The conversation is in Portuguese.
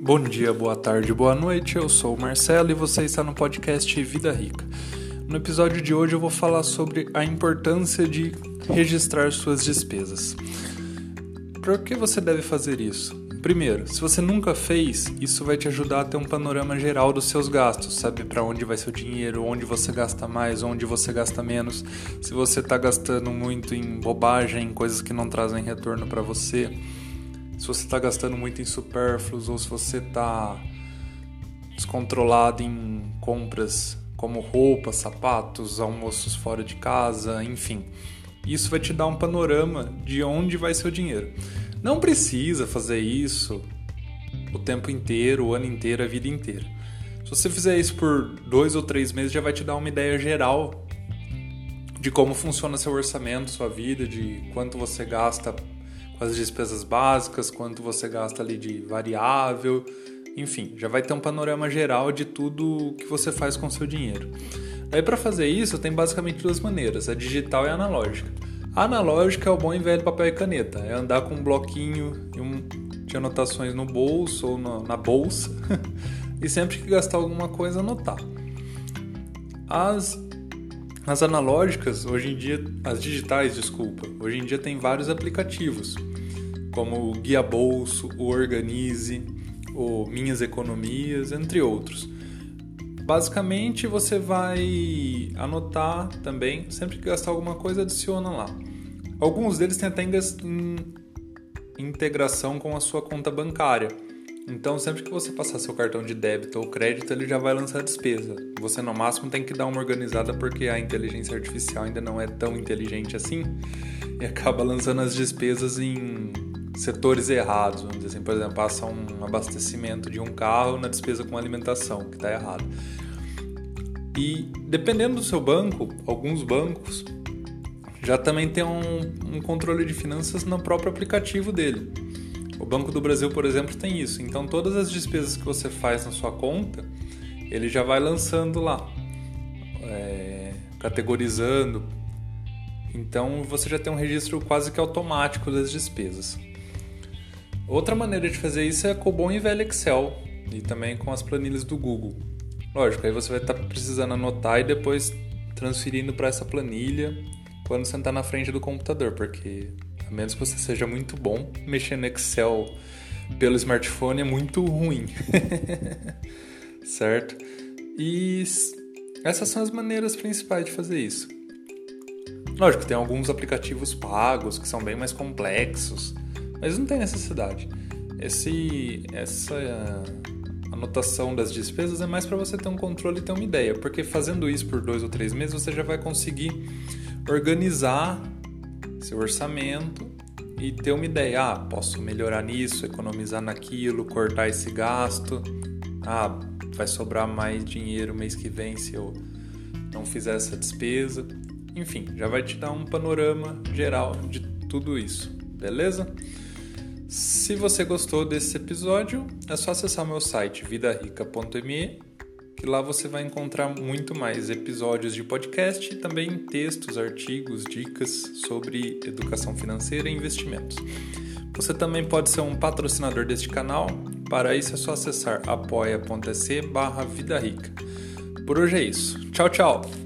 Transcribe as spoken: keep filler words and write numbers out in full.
Bom dia, boa tarde, boa noite, eu sou o Marcelo e você está no podcast Vida Rica. No episódio de hoje eu vou falar sobre a importância de registrar suas despesas. Por que você deve fazer isso? Primeiro, se você nunca fez, isso vai te ajudar a ter um panorama geral dos seus gastos, saber para onde vai seu dinheiro, onde você gasta mais, onde você gasta menos, se você está gastando muito em bobagem, em coisas que não trazem retorno para você, se você está gastando muito em supérfluos ou se você está descontrolado em compras como roupas, sapatos, almoços fora de casa, enfim. Isso vai te dar um panorama de onde vai seu dinheiro. Não precisa fazer isso o tempo inteiro, o ano inteiro, a vida inteira. Se você fizer isso por dois ou três meses, já vai te dar uma ideia geral de como funciona seu orçamento, sua vida, de quanto você gasta com as despesas básicas, quanto você gasta ali de variável, enfim, já vai ter um panorama geral de tudo que você faz com o seu dinheiro. Aí para fazer isso tem basicamente duas maneiras, a digital e a analógica. A analógica é o bom e velho papel e caneta, é andar com um bloquinho e um, de anotações no bolso ou na, na bolsa e sempre que gastar alguma coisa anotar. As, as analógicas, hoje em dia, as digitais, desculpa, hoje em dia tem vários aplicativos, como o Guia Bolso, o Organize, o Minhas Economias, entre outros. Basicamente, você vai anotar também, sempre que gastar alguma coisa, adiciona lá. Alguns deles têm até integração com a sua conta bancária. Então, sempre que você passar seu cartão de débito ou crédito, ele já vai lançar a despesa. Você, no máximo, tem que dar uma organizada porque a inteligência artificial ainda não é tão inteligente assim e acaba lançando as despesas em setores errados, vamos dizer assim, por exemplo, passa um abastecimento de um carro na despesa com alimentação, que está errado. E dependendo do seu banco, alguns bancos já também tem um, um controle de finanças no próprio aplicativo dele. O Banco do Brasil, por exemplo, tem isso. Então, todas as despesas que você faz na sua conta, ele já vai lançando lá, é, categorizando. Então, você já tem um registro quase que automático das despesas. Outra maneira de fazer isso é com o bom e velho Excel e também com as planilhas do Google. Lógico, aí você vai estar precisando anotar e depois transferindo para essa planilha quando você está na frente do computador, porque a menos que você seja muito bom, mexer no Excel pelo smartphone é muito ruim, certo? E essas são as maneiras principais de fazer isso. Lógico, tem alguns aplicativos pagos que são bem mais complexos, mas não tem necessidade. Esse, essa anotação das despesas é mais para você ter um controle e ter uma ideia, porque fazendo isso por dois ou três meses você já vai conseguir organizar seu orçamento e ter uma ideia. Ah, posso melhorar nisso, economizar naquilo, cortar esse gasto. Ah, vai sobrar mais dinheiro mês que vem se eu não fizer essa despesa. Enfim, já vai te dar um panorama geral de tudo isso, beleza? Se você gostou desse episódio, é só acessar meu site vida rica ponto me, que lá você vai encontrar muito mais episódios de podcast e também textos, artigos, dicas sobre educação financeira e investimentos. Você também pode ser um patrocinador deste canal, para isso é só acessar apoia.se barra vida rica. Por hoje é isso. Tchau, tchau!